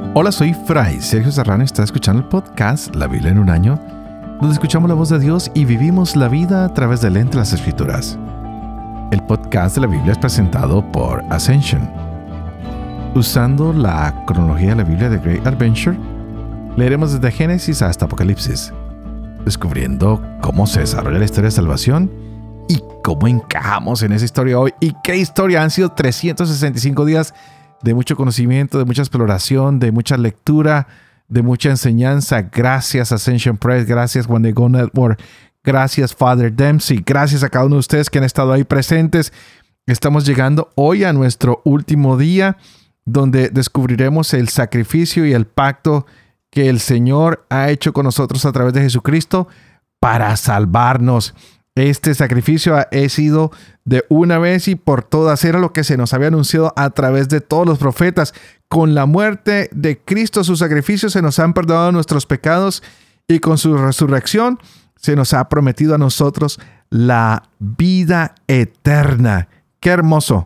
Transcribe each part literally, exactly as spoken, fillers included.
Hola, soy Fray Sergio Serrano y está escuchando el podcast La Biblia en un año, donde escuchamos la voz de Dios y vivimos la vida a través del lente de las Escrituras. El podcast de la Biblia es presentado por Ascension. Usando la cronología de la Biblia de Great Adventure, leeremos desde Génesis hasta Apocalipsis, descubriendo cómo se desarrolla la historia de salvación y cómo encajamos en esa historia hoy. ¿Y qué historia? Han sido trescientos sesenta y cinco días de mucho conocimiento, de mucha exploración, de mucha lectura, de mucha enseñanza. Gracias Ascension Press, gracias One Day Go Network, gracias Father Dempsey, gracias a cada uno de ustedes que han estado ahí presentes. Estamos llegando hoy a nuestro último día, donde descubriremos el sacrificio y el pacto que el Señor ha hecho con nosotros a través de Jesucristo para salvarnos. Este sacrificio ha sido de una vez y por todas. Era lo que se nos había anunciado a través de todos los profetas. Con la muerte de Cristo, su sacrificio, se nos han perdonado nuestros pecados y con su resurrección se nos ha prometido a nosotros la vida eterna. ¡Qué hermoso!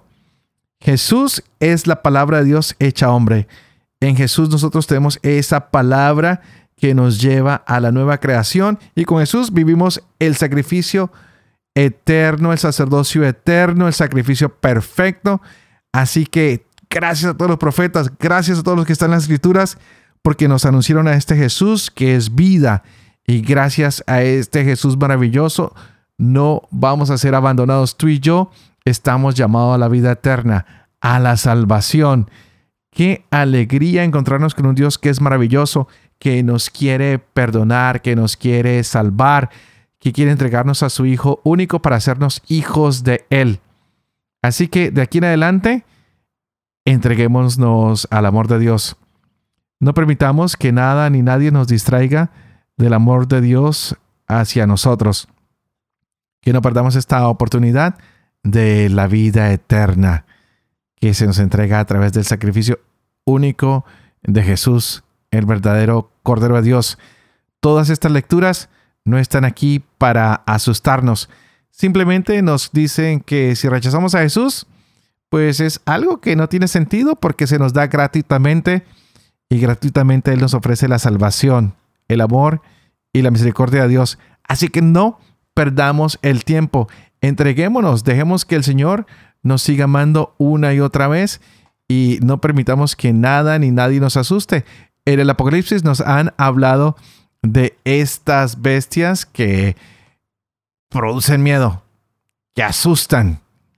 Jesús es la palabra de Dios hecha hombre. En Jesús nosotros tenemos esa palabra que nos lleva a la nueva creación, y con Jesús vivimos el sacrificio eterno, el sacerdocio eterno, el sacrificio perfecto. Así que gracias a todos los profetas, gracias a todos los que están en las Escrituras, porque nos anunciaron a este Jesús que es vida, y gracias a este Jesús maravilloso no vamos a ser abandonados. Tú y yo estamos llamados a la vida eterna, a la salvación. Qué alegría encontrarnos con un Dios que es maravilloso, que nos quiere perdonar, que nos quiere salvar, que quiere entregarnos a su Hijo único para hacernos hijos de Él. Así que de aquí en adelante, entreguémonos al amor de Dios. No permitamos que nada ni nadie nos distraiga del amor de Dios hacia nosotros. Que no perdamos esta oportunidad de la vida eterna que se nos entrega a través del sacrificio único de Jesús, el verdadero Cordero de Dios. Todas estas lecturas no están aquí para asustarnos. Simplemente nos dicen que si rechazamos a Jesús, pues es algo que no tiene sentido porque se nos da gratuitamente, y gratuitamente Él nos ofrece la salvación, el amor y la misericordia de Dios. Así que no perdamos el tiempo. Entreguémonos, dejemos que el Señor nos siga amando una y otra vez y no permitamos que nada ni nadie nos asuste. En el Apocalipsis nos han hablado de estas bestias que producen miedo, que asustan,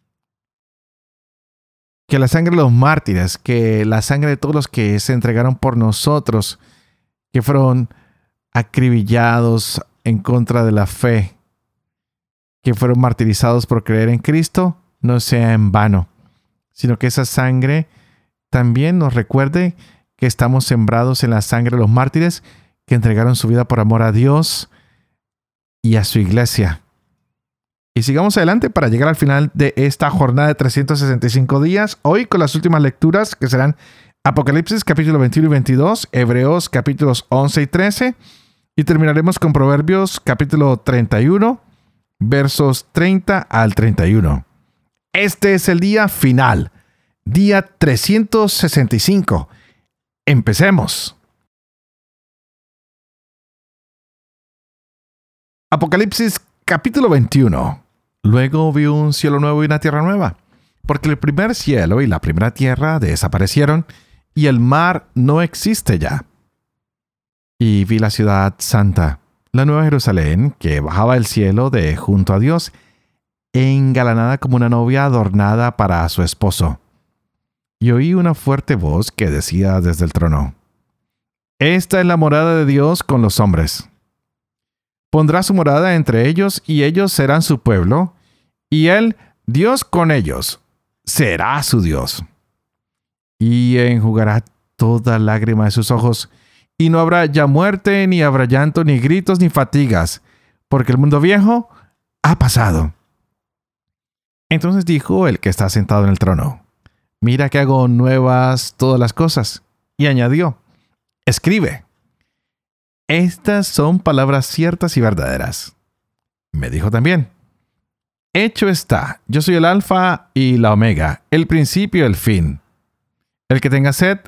que la sangre de los mártires, que la sangre de todos los que se entregaron por nosotros, que fueron acribillados en contra de la fe, que fueron martirizados por creer en Cristo, no sea en vano, sino que esa sangre también nos recuerde que estamos sembrados en la sangre de los mártires que entregaron su vida por amor a Dios y a su iglesia. Y sigamos adelante para llegar al final de esta jornada de trescientos sesenta y cinco días, hoy con las últimas lecturas que serán Apocalipsis capítulo veintiuno y veintidós, Hebreos capítulos once y trece, y terminaremos con Proverbios capítulo treinta y uno, versos treinta al treinta y uno. Este es el día final, día trescientos sesenta y cinco. Empecemos. Apocalipsis capítulo veintiuno. Luego vi un cielo nuevo y una tierra nueva, porque el primer cielo y la primera tierra desaparecieron y el mar no existe ya. Y vi la ciudad santa, la nueva Jerusalén, que bajaba del cielo de junto a Dios, engalanada como una novia adornada para su esposo. Y oí una fuerte voz que decía desde el trono: Esta es la morada de Dios con los hombres. Pondrá su morada entre ellos, y ellos serán su pueblo, y Él, Dios con ellos, será su Dios. Y enjugará toda lágrima de sus ojos, y no habrá ya muerte, ni habrá llanto, ni gritos, ni fatigas, porque el mundo viejo ha pasado. Entonces dijo el que está sentado en el trono: Mira que hago nuevas todas las cosas. Y añadió: Escribe. Estas son palabras ciertas y verdaderas. Me dijo también: Hecho está, yo soy el Alfa y la Omega, el principio y el fin. El que tenga sed,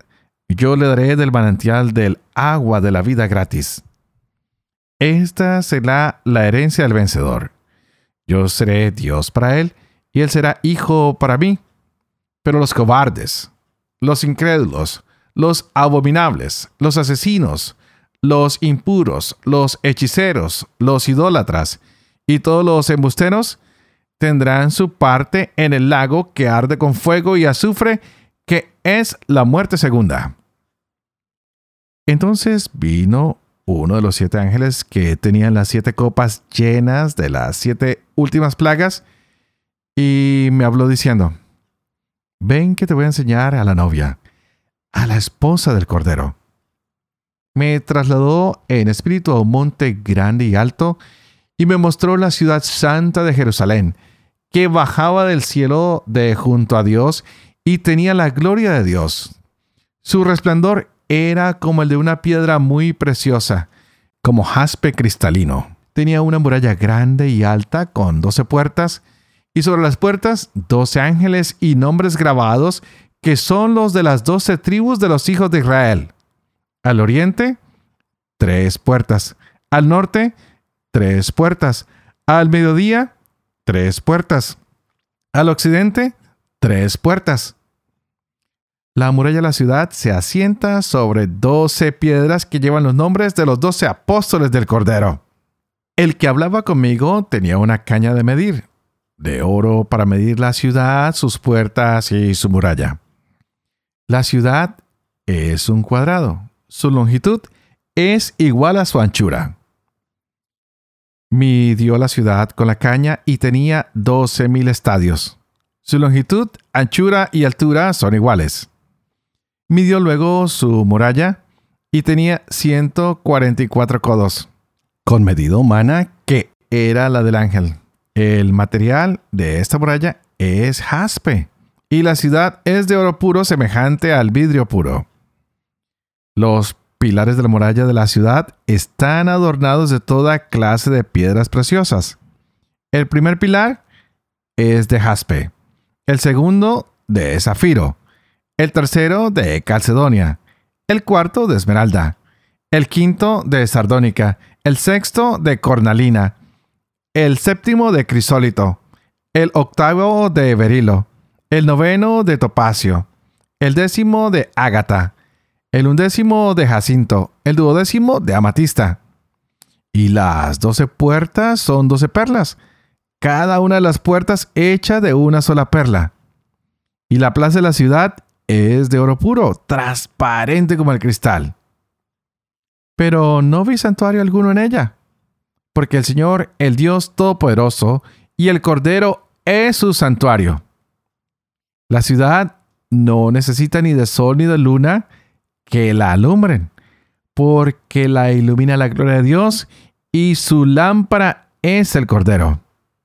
yo le daré del manantial del agua de la vida gratis. Esta será la herencia del vencedor. Yo seré Dios para él, y él será hijo para mí. Pero los cobardes, los incrédulos, los abominables, los asesinos, los impuros, los hechiceros, los idólatras y todos los embusteros tendrán su parte en el lago que arde con fuego y azufre, que es la muerte segunda. Entonces vino uno de los siete ángeles que tenían las siete copas llenas de las siete últimas plagas y me habló diciendo: ven que te voy a enseñar a la novia, a la esposa del Cordero. Me trasladó en espíritu a un monte grande y alto y me mostró la ciudad santa de Jerusalén, que bajaba del cielo de junto a Dios y tenía la gloria de Dios. Su resplandor era como el de una piedra muy preciosa, como jaspe cristalino. Tenía una muralla grande y alta con doce puertas, y sobre las puertas doce ángeles y nombres grabados, que son los de las doce tribus de los hijos de Israel. Al oriente, tres puertas. Al norte, tres puertas. Al mediodía, tres puertas. Al occidente, tres puertas. La muralla de la ciudad se asienta sobre doce piedras que llevan los nombres de los doce apóstoles del Cordero. El que hablaba conmigo tenía una caña de medir, de oro para medir la ciudad, sus puertas y su muralla. La ciudad es un cuadrado. Su longitud es igual a su anchura. Midió la ciudad con la caña y tenía doce mil estadios. Su longitud, anchura y altura son iguales. Midió luego su muralla y tenía ciento cuarenta y cuatro codos, con medida humana que era la del ángel. El material de esta muralla es jaspe y la ciudad es de oro puro semejante al vidrio puro. Los pilares de la muralla de la ciudad están adornados de toda clase de piedras preciosas. El primer pilar es de jaspe, el segundo de zafiro, el tercero de calcedonia, el cuarto de esmeralda, el quinto de sardónica, el sexto de cornalina, el séptimo de crisólito, el octavo de berilo, el noveno de topacio, el décimo de ágata, el undécimo de jacinto, el duodécimo de amatista. Y las doce puertas son doce perlas, cada una de las puertas hecha de una sola perla. Y la plaza de la ciudad es de oro puro, transparente como el cristal. Pero no vi santuario alguno en ella, porque el Señor, el Dios Todopoderoso, y el Cordero es su santuario. La ciudad no necesita ni de sol ni de luna que la alumbren, porque la ilumina la gloria de Dios, y su lámpara es el Cordero.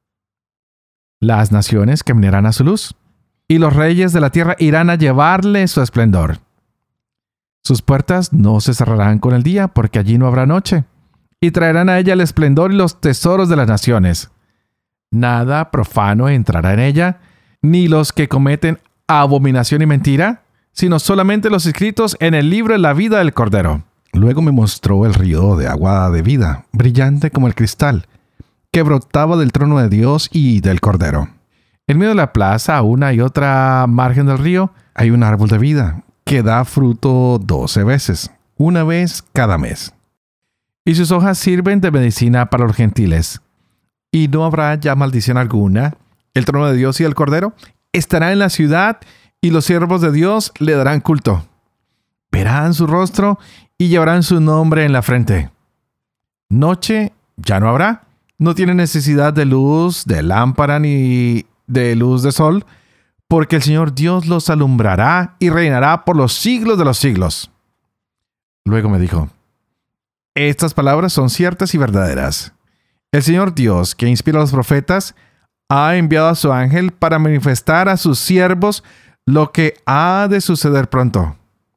Las naciones caminarán a su luz, y los reyes de la tierra irán a llevarle su esplendor. Sus puertas no se cerrarán con el día, porque allí no habrá noche, y traerán a ella el esplendor y los tesoros de las naciones. Nada profano entrará en ella, ni los que cometen abominación y mentira, sino solamente los inscritos en el libro de la vida del Cordero. Luego me mostró el río de agua de vida, brillante como el cristal, que brotaba del trono de Dios y del Cordero. En medio de la plaza, a una y otra margen del río, hay un árbol de vida, que da fruto doce veces, una vez cada mes. Y sus hojas sirven de medicina para los gentiles. Y no habrá ya maldición alguna. El trono de Dios y el Cordero estará en la ciudad, y los siervos de Dios le darán culto. Verán su rostro y llevarán su nombre en la frente. Noche ya no habrá. No tiene necesidad de luz, de lámpara ni de luz de sol, porque el Señor Dios los alumbrará y reinará por los siglos de los siglos. Luego me dijo: estas palabras son ciertas y verdaderas. El Señor Dios, que inspira a los profetas, ha enviado a su ángel para manifestar a sus siervos lo que ha de suceder pronto.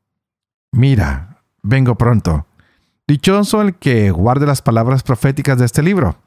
Mira, vengo pronto. Dichoso el que guarde las palabras proféticas de este libro.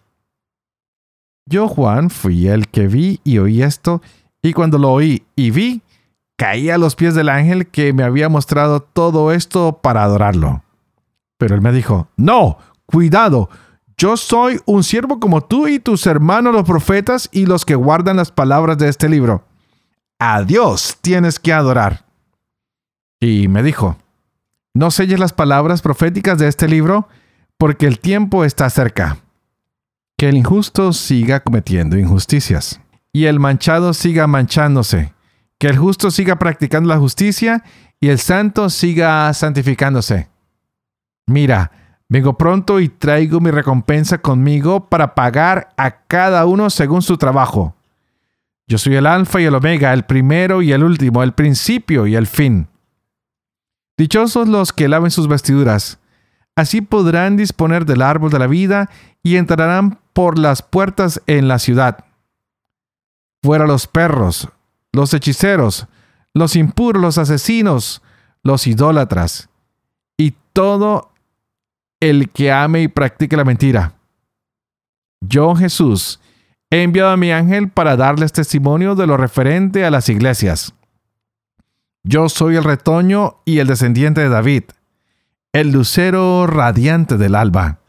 Yo, Juan, fui el que vi y oí esto, y cuando lo oí y vi, caí a los pies del ángel que me había mostrado todo esto para adorarlo. Pero él me dijo, no, cuidado, yo soy un siervo como tú y tus hermanos los profetas y los que guardan las palabras de este libro. A Dios tienes que adorar. Y me dijo, no selles las palabras proféticas de este libro, porque el tiempo está cerca. Que el injusto siga cometiendo injusticias, y el manchado siga manchándose. Que el justo siga practicando la justicia, y el santo siga santificándose. Mira, vengo pronto y traigo mi recompensa conmigo para pagar a cada uno según su trabajo. Yo soy el Alfa y el Omega, el primero y el último, el principio y el fin. Dichosos los que laven sus vestiduras. Así podrán disponer del árbol de la vida y entrarán por las puertas en la ciudad. Fuera los perros, los hechiceros, los impuros, los asesinos, los idólatras y todo el que ame y practique la mentira. Yo, Jesús, he enviado a mi ángel para darles testimonio de lo referente a las iglesias. Yo soy el retoño y el descendiente de David, el lucero radiante del alba.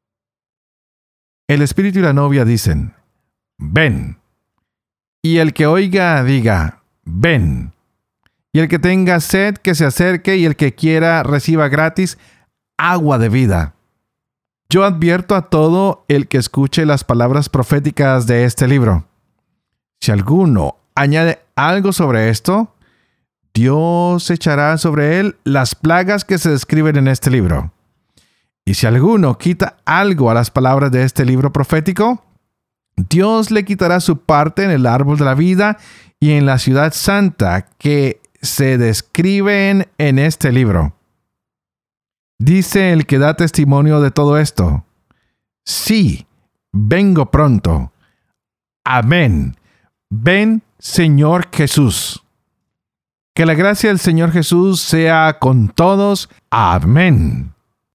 El espíritu y la novia dicen, ven. Y el que oiga, diga, ven. Y el que tenga sed, que se acerque, y el que quiera, reciba gratis agua de vida. Yo advierto a todo el que escuche las palabras proféticas de este libro. Si alguno añade algo sobre esto, Dios echará sobre él las plagas que se describen en este libro. Y si alguno quita algo a las palabras de este libro profético, Dios le quitará su parte en el árbol de la vida y en la ciudad santa que se describen en este libro. Dice el que da testimonio de todo esto: sí, vengo pronto. Amén. Ven, Señor Jesús. Que la gracia del Señor Jesús sea con todos. Amén.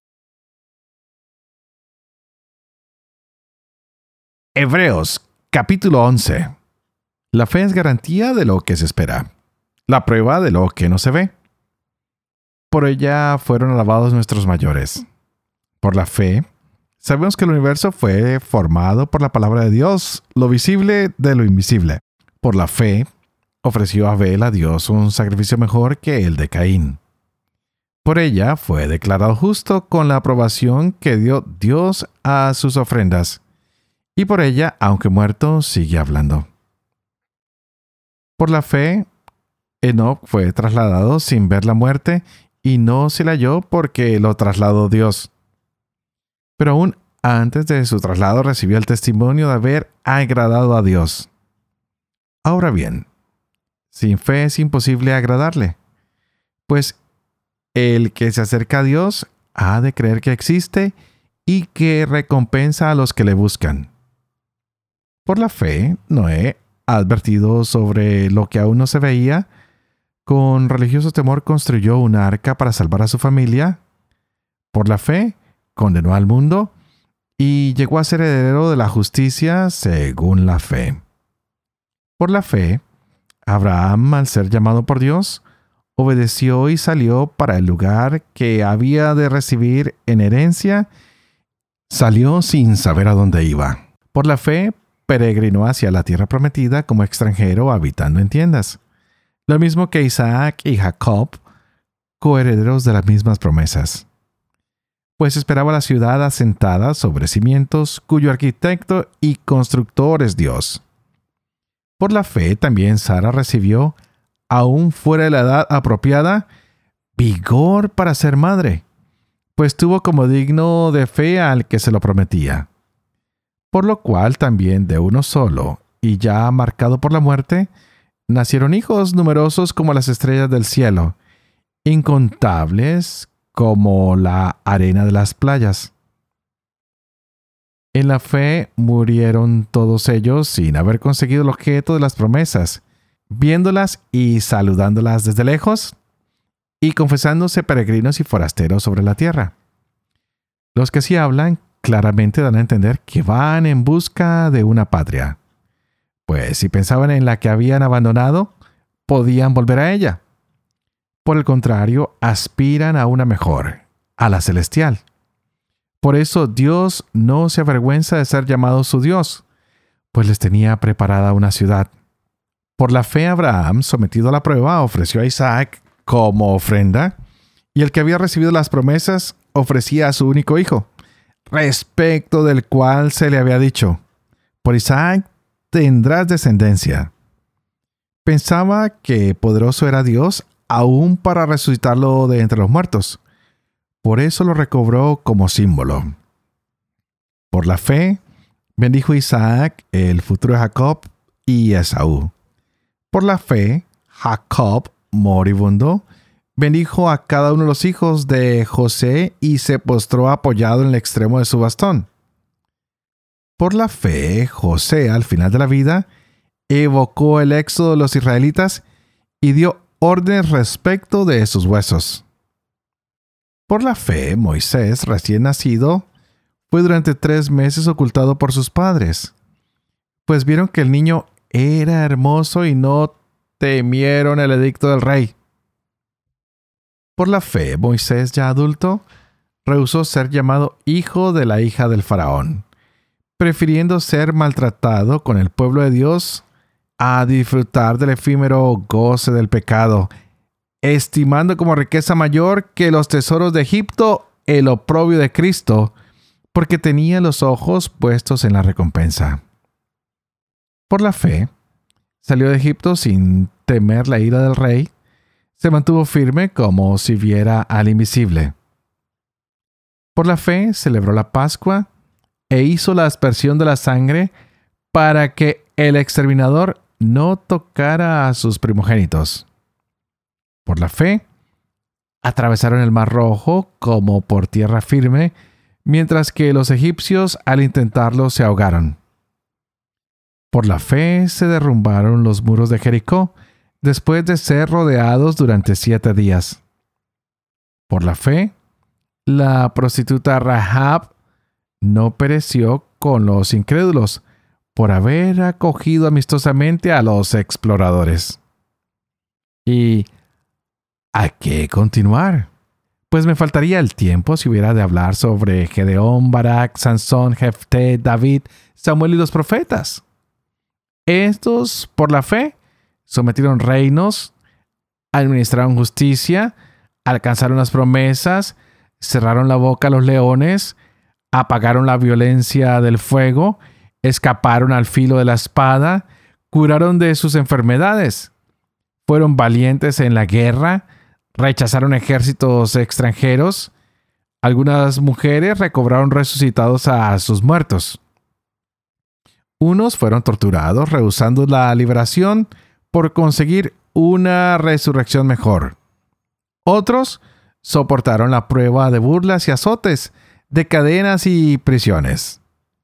Hebreos, capítulo once. La fe es garantía de lo que se espera, la prueba de lo que no se ve. Por ella fueron alabados nuestros mayores. Por la fe, sabemos que el universo fue formado por la palabra de Dios, lo visible de lo invisible. Por la fe, ofreció Abel a Dios un sacrificio mejor que el de Caín. Por ella fue declarado justo con la aprobación que dio Dios a sus ofrendas. Y por ella, aunque muerto, sigue hablando. Por la fe, Enoc fue trasladado sin ver la muerte y no se le halló porque lo trasladó Dios. Pero aún antes de su traslado recibió el testimonio de haber agradado a Dios. Ahora bien, sin fe es imposible agradarle, pues el que se acerca a Dios ha de creer que existe y que recompensa a los que le buscan. Por la fe, Noé, advertido sobre lo que aún no se veía, con religioso temor construyó una arca para salvar a su familia. Por la fe, condenó al mundo y llegó a ser heredero de la justicia según la fe. Por la fe, Abraham, al ser llamado por Dios, obedeció y salió para el lugar que había de recibir en herencia. Salió sin saber a dónde iba. Por la fe, peregrinó hacia la tierra prometida como extranjero habitando en tiendas. Lo mismo que Isaac y Jacob, coherederos de las mismas promesas. Pues esperaba la ciudad asentada sobre cimientos, cuyo arquitecto y constructor es Dios. Por la fe también Sara recibió, aún fuera de la edad apropiada, vigor para ser madre, pues tuvo como digno de fe al que se lo prometía. Por lo cual también de uno solo, y ya marcado por la muerte, nacieron hijos numerosos como las estrellas del cielo, incontables como la arena de las playas. En la fe murieron todos ellos sin haber conseguido el objeto de las promesas, viéndolas y saludándolas desde lejos, y confesándose peregrinos y forasteros sobre la tierra. Los que sí hablan claramente dan a entender que van en busca de una patria. Pues si pensaban en la que habían abandonado, podían volver a ella. Por el contrario, aspiran a una mejor, a la celestial. Por eso Dios no se avergüenza de ser llamado su Dios, pues les tenía preparada una ciudad. Por la fe Abraham, sometido a la prueba, ofreció a Isaac como ofrenda, y el que había recibido las promesas ofrecía a su único hijo, respecto del cual se le había dicho: por Isaac tendrás descendencia. Pensaba que poderoso era Dios aún para resucitarlo de entre los muertos. Por eso lo recobró como símbolo. Por la fe, bendijo Isaac el futuro de Jacob y Esaú. Por la fe, Jacob, moribundo, bendijo a cada uno de los hijos de José y se postró apoyado en el extremo de su bastón. Por la fe, José, al final de la vida, evocó el éxodo de los israelitas y dio órdenes respecto de sus huesos. Por la fe, Moisés, recién nacido, fue durante tres meses ocultado por sus padres, pues vieron que el niño era hermoso y no temieron el edicto del rey. Por la fe, Moisés, ya adulto, rehusó ser llamado hijo de la hija del faraón, prefiriendo ser maltratado con el pueblo de Dios a disfrutar del efímero goce del pecado, estimando como riqueza mayor que los tesoros de Egipto el oprobio de Cristo, porque tenía los ojos puestos en la recompensa. Por la fe, salió de Egipto sin temer la ira del rey, se mantuvo firme como si viera al invisible. Por la fe, celebró la Pascua e hizo la aspersión de la sangre para que el exterminador no tocara a sus primogénitos. Por la fe, atravesaron el Mar Rojo como por tierra firme, mientras que los egipcios al intentarlo se ahogaron. Por la fe se derrumbaron los muros de Jericó, después de ser rodeados durante siete días. Por la fe, la prostituta Rahab no pereció con los incrédulos, por haber acogido amistosamente a los exploradores. ¿Y a qué continuar? Pues me faltaría el tiempo si hubiera de hablar sobre Gedeón, Barak, Sansón, Jefté, David, Samuel y los profetas. Estos, por la fe, sometieron reinos, administraron justicia, alcanzaron las promesas, cerraron la boca a los leones, apagaron la violencia del fuego, escaparon al filo de la espada, curaron de sus enfermedades, fueron valientes en la guerra, rechazaron ejércitos extranjeros, algunas mujeres recobraron resucitados a sus muertos. Unos fueron torturados, rehusando la liberación por conseguir una resurrección mejor. Otros soportaron la prueba de burlas y azotes, de cadenas y prisiones.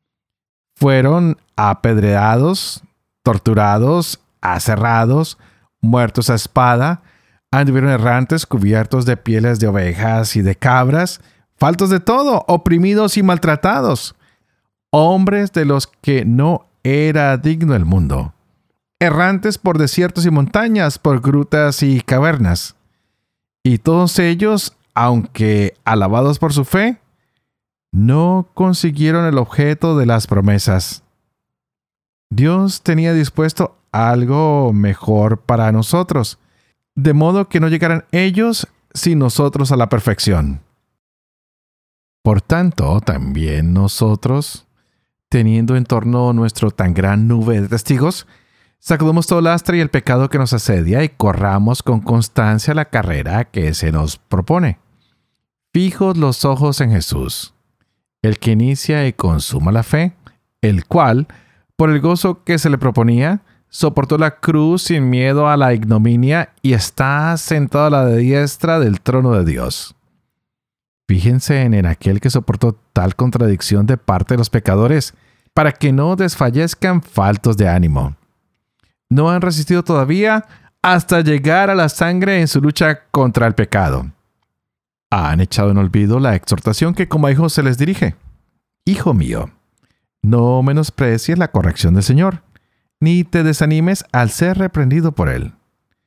Fueron apedreados, torturados, aserrados, muertos a espada, anduvieron errantes cubiertos de pieles de ovejas y de cabras, faltos de todo, oprimidos y maltratados, hombres de los que no era digno el mundo, errantes por desiertos y montañas, por grutas y cavernas. Y todos ellos, aunque alabados por su fe, no consiguieron el objeto de las promesas. Dios tenía dispuesto algo mejor para nosotros, de modo que no llegaran ellos sin nosotros a la perfección. Por tanto, también nosotros, teniendo en torno nuestro tan gran nube de testigos, sacudamos todo lastre y el pecado que nos asedia y corramos con constancia la carrera que se nos propone. Fijos los ojos en Jesús, el que inicia y consuma la fe, el cual, por el gozo que se le proponía, soportó la cruz sin miedo a la ignominia y está sentado a la diestra del trono de Dios. Fíjense en aquel que soportó tal contradicción de parte de los pecadores, para que no desfallezcan faltos de ánimo. No han resistido todavía hasta llegar a la sangre en su lucha contra el pecado. Han echado en olvido la exhortación que como a hijos se les dirige. Hijo mío, no menosprecies la corrección del Señor, ni te desanimes al ser reprendido por Él.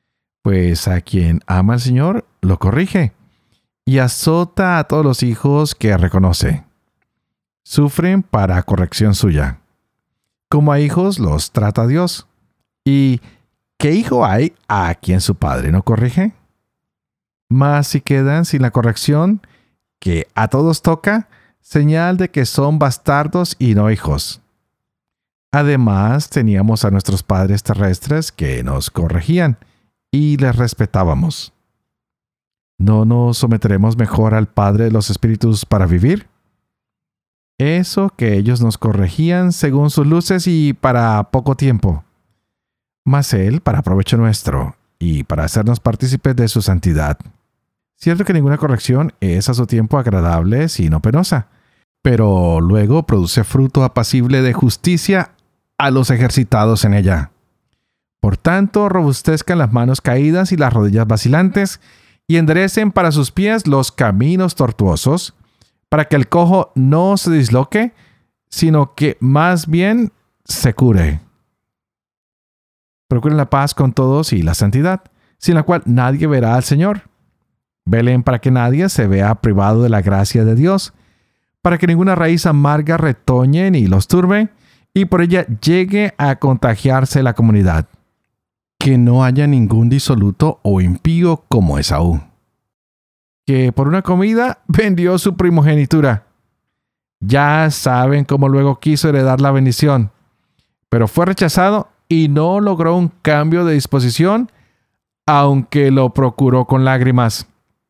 Pues a quien ama al Señor, lo corrige y azota a todos los hijos que reconoce. Sufren para corrección suya. Como a hijos los trata Dios. ¿Y qué hijo hay a quien su padre no corrige? Mas si quedan sin la corrección, que a todos toca, señal de que son bastardos y no hijos. Además, teníamos a nuestros padres terrestres que nos corregían y les respetábamos. ¿No nos someteremos mejor al Padre de los Espíritus para vivir? Eso que ellos nos corregían según sus luces y para poco tiempo. Mas Él para provecho nuestro y para hacernos partícipes de su santidad. Cierto que ninguna corrección es a su tiempo agradable sino penosa, pero luego produce fruto apacible de justicia a los ejercitados en ella. Por tanto, robustezcan las manos caídas y las rodillas vacilantes, y enderecen para sus pies los caminos tortuosos, para que el cojo no se disloque, sino que más bien se cure. Procuren la paz con todos y la santidad, sin la cual nadie verá al Señor. Velen para que nadie se vea privado de la gracia de Dios, para que ninguna raíz amarga retoñe ni los turbe, y por ella llegue a contagiarse la comunidad. Que no haya ningún disoluto o impío como Esaú, que por una comida vendió su primogenitura. Ya saben cómo luego quiso heredar la bendición, pero fue rechazado y no logró un cambio de disposición, aunque lo procuró con lágrimas.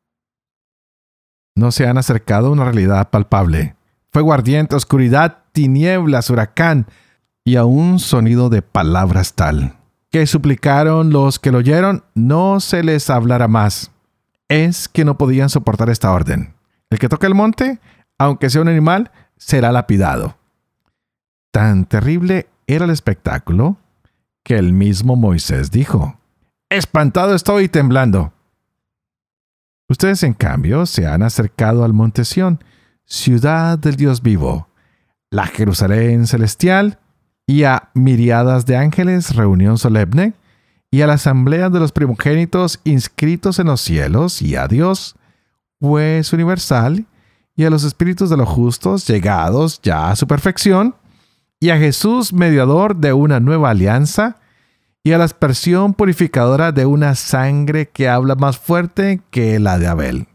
No se han acercado a una realidad palpable. Fuego ardiente, oscuridad, tinieblas, huracán y a un sonido de palabras tal que suplicaron los que lo oyeron no se les hablara más. Es que no podían soportar esta orden. El que toque el monte, aunque sea un animal, será lapidado. Tan terrible era el espectáculo que el mismo Moisés dijo: espantado estoy y temblando. Ustedes, en cambio, se han acercado al monte Sión, ciudad del Dios vivo, la Jerusalén celestial, y a miriadas de ángeles, reunión solemne, y a la asamblea de los primogénitos inscritos en los cielos, y a Dios, juez universal, y a los espíritus de los justos llegados ya a su perfección, y a Jesús, mediador de una nueva alianza, y a la aspersión purificadora de una sangre que habla más fuerte que la de Abel.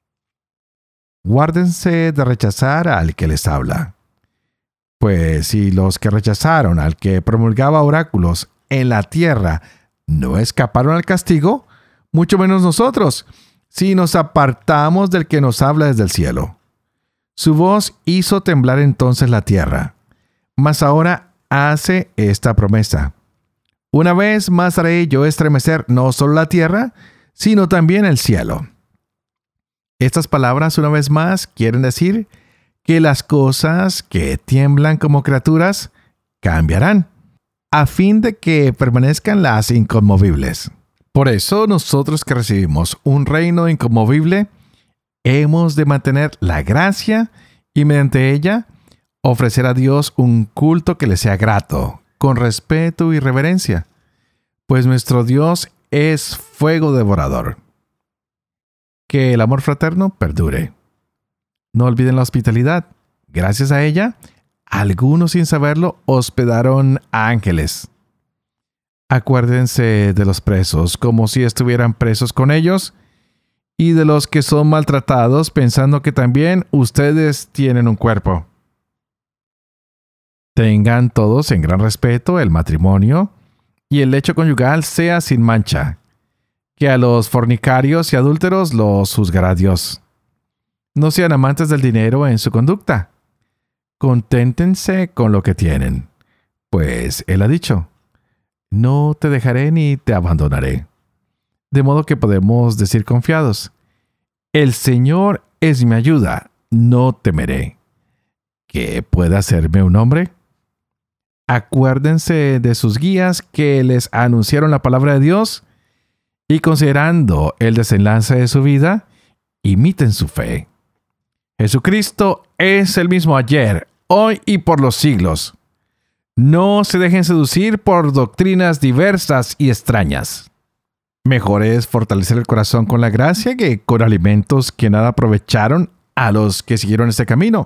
Guárdense de rechazar al que les habla. Pues si los que rechazaron al que promulgaba oráculos en la tierra no escaparon al castigo, mucho menos nosotros, si nos apartamos del que nos habla desde el cielo. Su voz hizo temblar entonces la tierra, mas ahora hace esta promesa: una vez más haré yo estremecer no solo la tierra, sino también el cielo. Estas palabras, una vez más, quieren decir que las cosas que tiemblan como criaturas cambiarán, a fin de que permanezcan las inconmovibles. Por eso nosotros que recibimos un reino inconmovible, hemos de mantener la gracia y mediante ella ofrecer a Dios un culto que le sea grato, con respeto y reverencia, pues nuestro Dios es fuego devorador. Que el amor fraterno perdure. No olviden la hospitalidad. Gracias a ella, algunos sin saberlo hospedaron a ángeles. Acuérdense de los presos como si estuvieran presos con ellos, y de los que son maltratados pensando que también ustedes tienen un cuerpo. Tengan todos en gran respeto el matrimonio, y el lecho conyugal sea sin mancha, que a los fornicarios y adúlteros los juzgará Dios. No sean amantes del dinero en su conducta. Conténtense con lo que tienen, pues Él ha dicho: no te dejaré ni te abandonaré. De modo que podemos decir confiados: el Señor es mi ayuda, no temeré. ¿Qué puede hacerme un hombre? Acuérdense de sus guías que les anunciaron la palabra de Dios, y considerando el desenlace de su vida, imiten su fe. Jesucristo es el mismo ayer, hoy y por los siglos. No se dejen seducir por doctrinas diversas y extrañas. Mejor es fortalecer el corazón con la gracia que con alimentos que nada aprovecharon a los que siguieron este camino.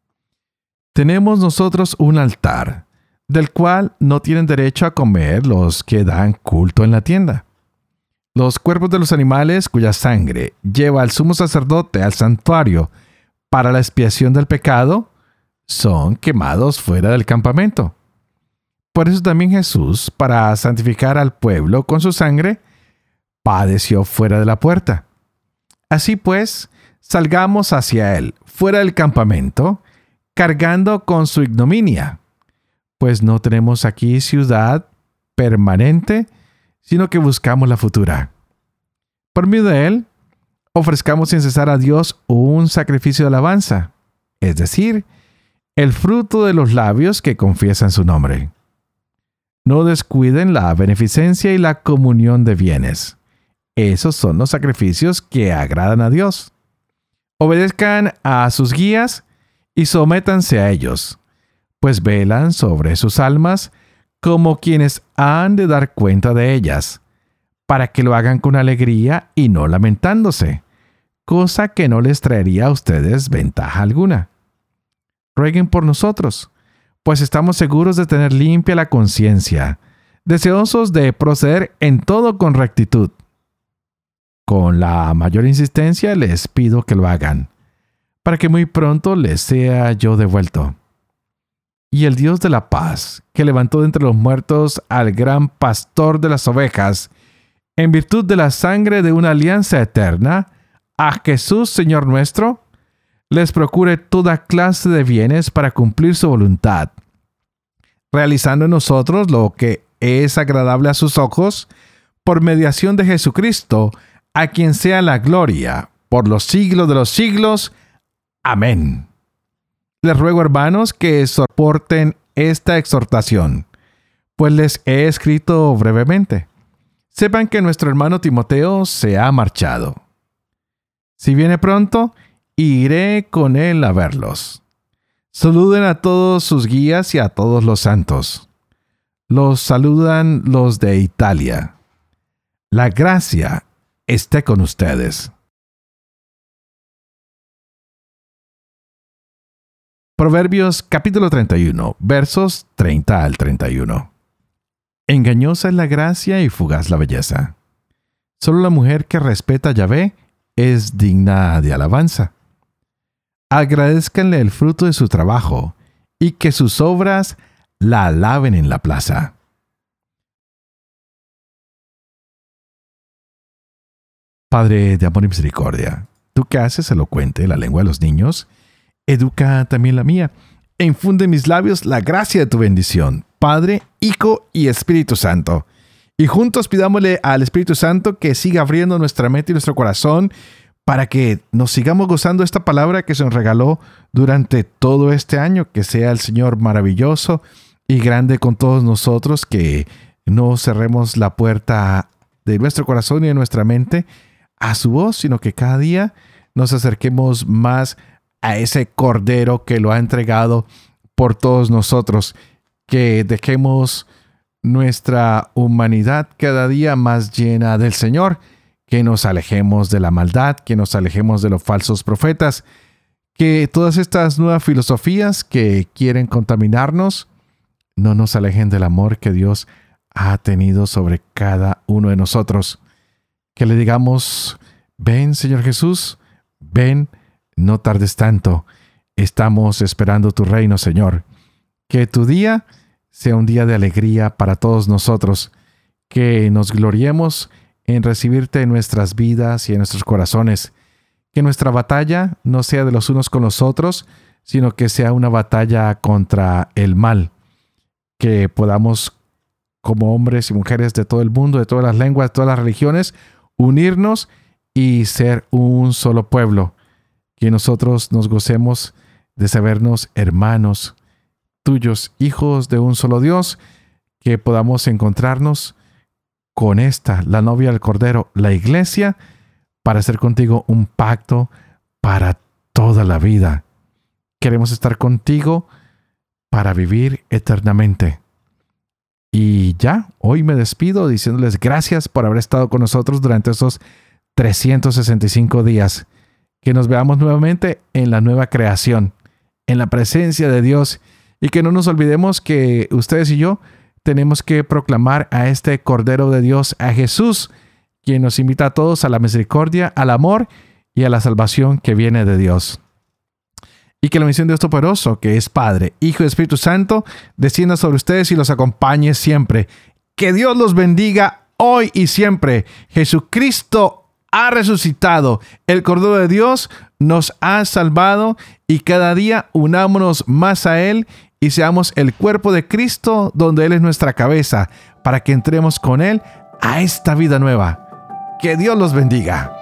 Tenemos nosotros un altar, del cual no tienen derecho a comer los que dan culto en la tienda. Los cuerpos de los animales cuya sangre lleva al sumo sacerdote al santuario para la expiación del pecado son quemados fuera del campamento. Por eso también Jesús, para santificar al pueblo con su sangre, padeció fuera de la puerta. Así pues, salgamos hacia él, fuera del campamento, cargando con su ignominia, pues no tenemos aquí ciudad permanente, sino que buscamos la futura. Por medio de él, ofrezcamos sin cesar a Dios un sacrificio de alabanza, es decir, el fruto de los labios que confiesan su nombre. No descuiden la beneficencia y la comunión de bienes. Esos son los sacrificios que agradan a Dios. Obedezcan a sus guías y sométanse a ellos, pues velan sobre sus almas como quienes han de dar cuenta de ellas, para que lo hagan con alegría y no lamentándose, cosa que no les traería a ustedes ventaja alguna. Rueguen por nosotros, pues estamos seguros de tener limpia la conciencia, deseosos de proceder en todo con rectitud. Con la mayor insistencia les pido que lo hagan, para que muy pronto les sea yo devuelto. Y el Dios de la paz, que levantó de entre los muertos al gran pastor de las ovejas, en virtud de la sangre de una alianza eterna, a Jesús Señor nuestro, les procure toda clase de bienes para cumplir su voluntad, realizando en nosotros lo que es agradable a sus ojos, por mediación de Jesucristo, a quien sea la gloria, por los siglos de los siglos. Amén. Les ruego, hermanos, que soporten esta exhortación, pues les he escrito brevemente. Sepan que nuestro hermano Timoteo se ha marchado. Si viene pronto, iré con él a verlos. Saluden a todos sus guías y a todos los santos. Los saludan los de Italia. La gracia esté con ustedes. Proverbios capítulo treinta y uno, versos treinta al treinta y uno. Engañosa es la gracia y fugaz la belleza. Solo la mujer que respeta a Yahvé es digna de alabanza. Agradézcanle el fruto de su trabajo y que sus obras la alaben en la plaza. Padre de amor y misericordia, tú que haces elocuente la lengua de los niños, educa también la mía, e infunde en mis labios la gracia de tu bendición, Padre, Hijo y Espíritu Santo. Y juntos pidámosle al Espíritu Santo que siga abriendo nuestra mente y nuestro corazón para que nos sigamos gozando esta palabra que se nos regaló durante todo este año, que sea el Señor maravilloso y grande con todos nosotros, que no cerremos la puerta de nuestro corazón y de nuestra mente a su voz, sino que cada día nos acerquemos más a ese Cordero que lo ha entregado por todos nosotros, que dejemos nuestra humanidad cada día más llena del Señor, que nos alejemos de la maldad, que nos alejemos de los falsos profetas, que todas estas nuevas filosofías que quieren contaminarnos no nos alejen del amor que Dios ha tenido sobre cada uno de nosotros. Que le digamos: ven, Señor Jesús, ven, no tardes tanto. Estamos esperando tu reino, Señor. Que tu día sea un día de alegría para todos nosotros. Que nos gloriemos en recibirte en nuestras vidas y en nuestros corazones. Que nuestra batalla no sea de los unos con los otros, sino que sea una batalla contra el mal. Que podamos, como hombres y mujeres de todo el mundo, de todas las lenguas, de todas las religiones, unirnos y ser un solo pueblo. Que nosotros nos gocemos de sabernos hermanos tuyos, hijos de un solo Dios, que podamos encontrarnos con esta, la novia del Cordero, la iglesia, para hacer contigo un pacto para toda la vida. Queremos estar contigo para vivir eternamente. Y ya, hoy me despido diciéndoles gracias por haber estado con nosotros durante estos trescientos sesenta y cinco días. Que nos veamos nuevamente en la nueva creación, en la presencia de Dios, y que no nos olvidemos que ustedes y yo tenemos que proclamar a este Cordero de Dios, a Jesús, quien nos invita a todos a la misericordia, al amor y a la salvación que viene de Dios. Y que la bendición de Dios Todopoderoso, que es Padre, Hijo y Espíritu Santo, descienda sobre ustedes y los acompañe siempre. Que Dios los bendiga hoy y siempre. Jesucristo ha resucitado. El Cordero de Dios nos ha salvado y cada día unámonos más a Él y seamos el cuerpo de Cristo donde Él es nuestra cabeza para que entremos con Él a esta vida nueva. Que Dios los bendiga.